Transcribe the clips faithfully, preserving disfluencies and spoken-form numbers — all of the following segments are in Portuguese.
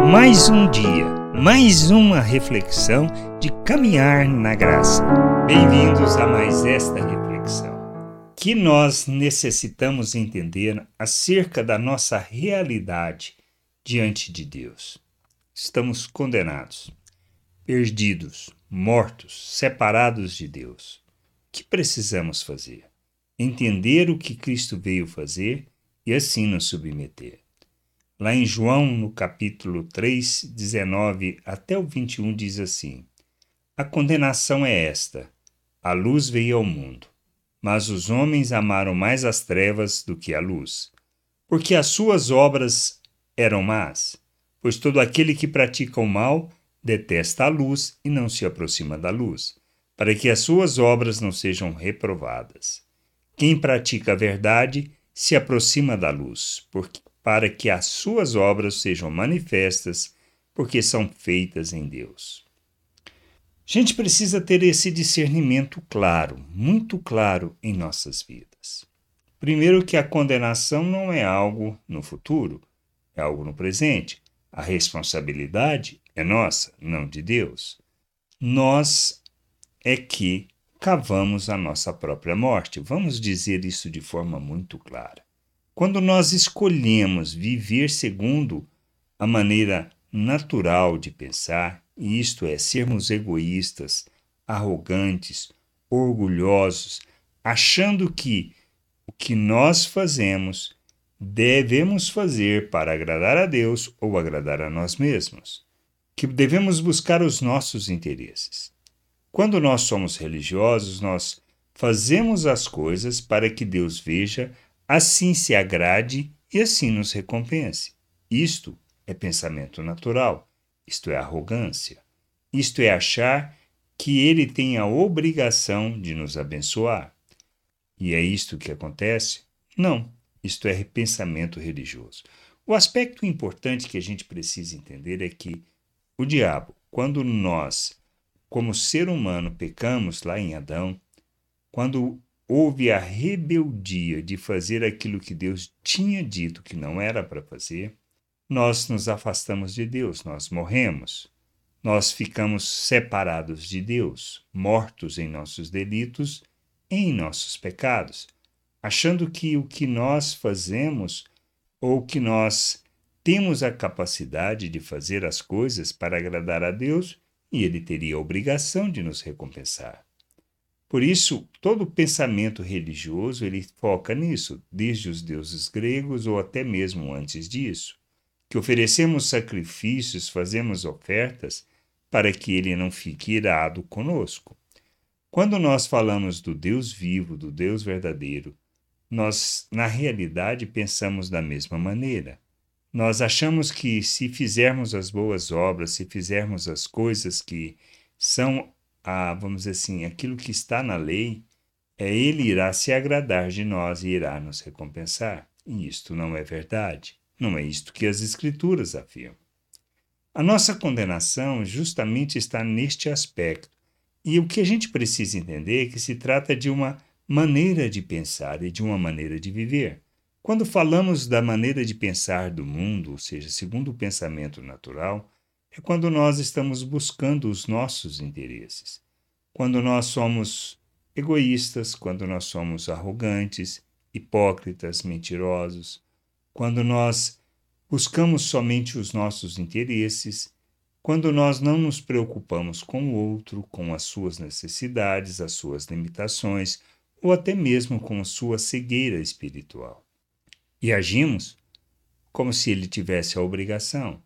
Mais um dia, mais uma reflexão de caminhar na graça. Bem-vindos a mais esta reflexão, que nós necessitamos entender acerca da nossa realidade diante de Deus. Estamos condenados, perdidos, mortos, separados de Deus. O que precisamos fazer? Entender o que Cristo veio fazer e assim nos submeter. Lá em João, no capítulo três, dezenove até o vinte e um, diz assim: A condenação é esta: a luz veio ao mundo, mas os homens amaram mais as trevas do que a luz, porque as suas obras eram más. Pois todo aquele que pratica o mal detesta a luz e não se aproxima da luz, para que as suas obras não sejam reprovadas. Quem pratica a verdade se aproxima da luz, porque para que as suas obras sejam manifestas, porque são feitas em Deus. A gente precisa ter esse discernimento claro, muito claro em nossas vidas. Primeiro, que a condenação não é algo no futuro, é algo no presente. A responsabilidade é nossa, não de Deus. Nós é que cavamos a nossa própria morte. Vamos dizer isso de forma muito clara. Quando nós escolhemos viver segundo a maneira natural de pensar, e isto é, sermos egoístas, arrogantes, orgulhosos, achando que o que nós fazemos devemos fazer para agradar a Deus ou agradar a nós mesmos, que devemos buscar os nossos interesses. Quando nós somos religiosos, nós fazemos as coisas para que Deus veja, assim se agrade e assim nos recompense. Isto é pensamento natural, isto é arrogância, isto é achar que Ele tem a obrigação de nos abençoar. E é isto que acontece? Não, isto é pensamento religioso. O aspecto importante que a gente precisa entender é que o diabo, quando nós, como ser humano, pecamos lá em Adão, quando houve a rebeldia de fazer aquilo que Deus tinha dito que não era para fazer, nós nos afastamos de Deus, nós morremos. Nós ficamos separados de Deus, mortos em nossos delitos e em nossos pecados, achando que o que nós fazemos ou que nós temos a capacidade de fazer as coisas para agradar a Deus e Ele teria a obrigação de nos recompensar. Por isso, todo pensamento religioso ele foca nisso, desde os deuses gregos ou até mesmo antes disso, que oferecemos sacrifícios, fazemos ofertas para que ele não fique irado conosco. Quando nós falamos do Deus vivo, do Deus verdadeiro, nós, na realidade, pensamos da mesma maneira. Nós achamos que se fizermos as boas obras, se fizermos as coisas que são Ah, vamos dizer assim, aquilo que está na lei, é Ele irá se agradar de nós e irá nos recompensar. E isto não é verdade. Não é isto que as Escrituras afirmam. A nossa condenação justamente está neste aspecto. E o que a gente precisa entender é que se trata de uma maneira de pensar e de uma maneira de viver. Quando falamos da maneira de pensar do mundo, ou seja, segundo o pensamento natural, é quando nós estamos buscando os nossos interesses. Quando nós somos egoístas, quando nós somos arrogantes, hipócritas, mentirosos, quando nós buscamos somente os nossos interesses, quando nós não nos preocupamos com o outro, com as suas necessidades, as suas limitações, ou até mesmo com a sua cegueira espiritual. E agimos como se ele tivesse a obrigação.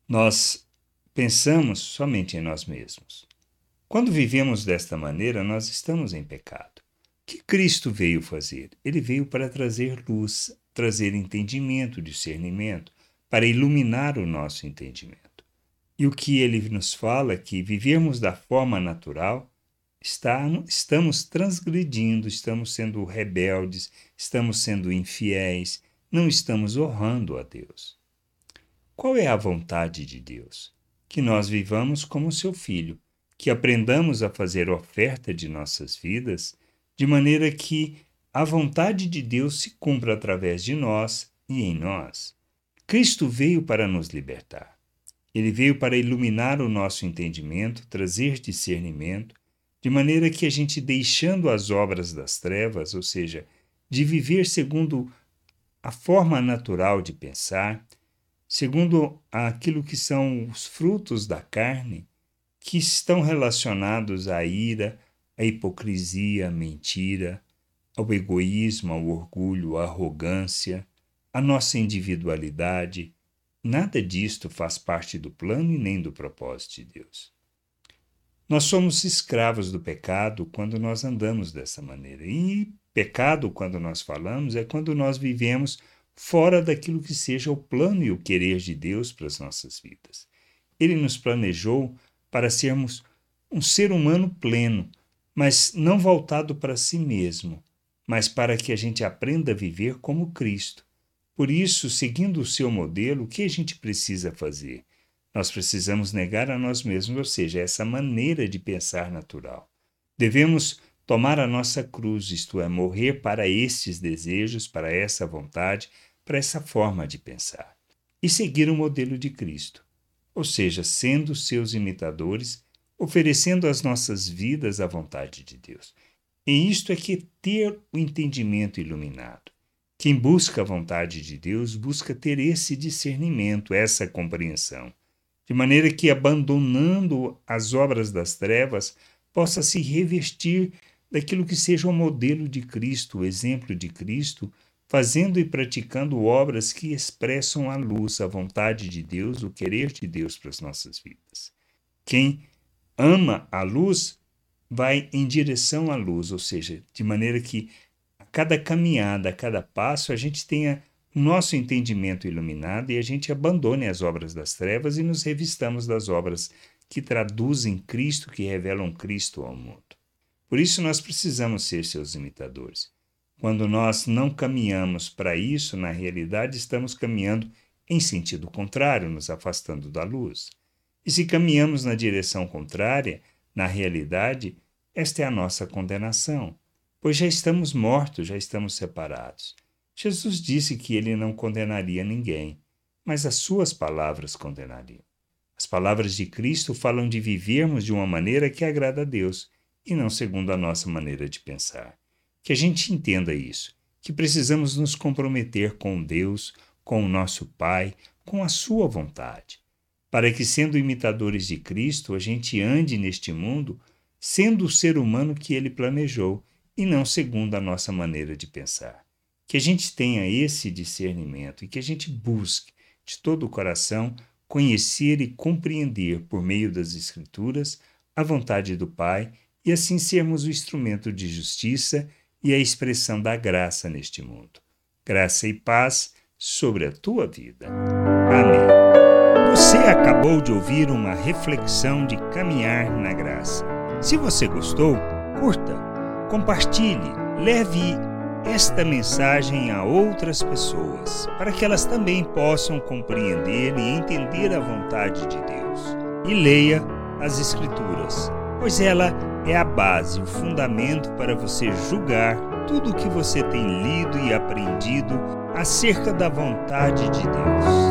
Nós pensamos somente em nós mesmos. Quando vivemos desta maneira, nós estamos em pecado. O que Cristo veio fazer? Ele veio para trazer luz, trazer entendimento, discernimento, para iluminar o nosso entendimento. E o que ele nos fala é que vivermos da forma natural, está, estamos transgredindo, estamos sendo rebeldes, estamos sendo infiéis, não estamos honrando a Deus. Qual é a vontade de Deus? Que nós vivamos como seu filho, que aprendamos a fazer oferta de nossas vidas, de maneira que a vontade de Deus se cumpra através de nós e em nós. Cristo veio para nos libertar. Ele veio para iluminar o nosso entendimento, trazer discernimento, de maneira que a gente, deixando as obras das trevas, ou seja, de viver segundo a forma natural de pensar, segundo aquilo que são os frutos da carne, que estão relacionados à ira, à hipocrisia, à mentira, ao egoísmo, ao orgulho, à arrogância, à nossa individualidade. Nada disto faz parte do plano e nem do propósito de Deus. Nós somos escravos do pecado quando nós andamos dessa maneira. E pecado, quando nós falamos, é quando nós vivemos fora daquilo que seja o plano e o querer de Deus para as nossas vidas. Ele nos planejou para sermos um ser humano pleno, mas não voltado para si mesmo, mas para que a gente aprenda a viver como Cristo. Por isso, seguindo o seu modelo, o que a gente precisa fazer? Nós precisamos negar a nós mesmos, ou seja, essa maneira de pensar natural. Devemos tomar a nossa cruz, isto é, morrer para estes desejos, para essa vontade, para essa forma de pensar. E seguir o modelo de Cristo, ou seja, sendo seus imitadores, oferecendo as nossas vidas à vontade de Deus. E isto é que ter o entendimento iluminado. Quem busca a vontade de Deus busca ter esse discernimento, essa compreensão, de maneira que, abandonando as obras das trevas, possa se revestir daquilo que seja o modelo de Cristo, o exemplo de Cristo, fazendo e praticando obras que expressam a luz, a vontade de Deus, o querer de Deus para as nossas vidas. Quem ama a luz vai em direção à luz, ou seja, de maneira que a cada caminhada, a cada passo, a gente tenha o nosso entendimento iluminado e a gente abandone as obras das trevas e nos revistamos das obras que traduzem Cristo, que revelam Cristo ao mundo. Por isso nós precisamos ser seus imitadores. Quando nós não caminhamos para isso, na realidade estamos caminhando em sentido contrário, nos afastando da luz. E se caminhamos na direção contrária, na realidade, esta é a nossa condenação, pois já estamos mortos, já estamos separados. Jesus disse que ele não condenaria ninguém, mas as suas palavras condenariam. As palavras de Cristo falam de vivermos de uma maneira que agrada a Deus, e não segundo a nossa maneira de pensar. Que a gente entenda isso, que precisamos nos comprometer com Deus, com o nosso Pai, com a sua vontade, para que, sendo imitadores de Cristo, a gente ande neste mundo sendo o ser humano que ele planejou e não segundo a nossa maneira de pensar. Que a gente tenha esse discernimento e que a gente busque, de todo o coração, conhecer e compreender, por meio das Escrituras, a vontade do Pai e assim sermos o instrumento de justiça e a expressão da graça neste mundo. Graça e paz sobre a tua vida. Amém. Você acabou de ouvir uma reflexão de caminhar na graça. Se você gostou, curta, compartilhe, leve esta mensagem a outras pessoas, para que elas também possam compreender e entender a vontade de Deus. E leia as Escrituras, pois ela é a base, o fundamento para você julgar tudo o que você tem lido e aprendido acerca da vontade de Deus.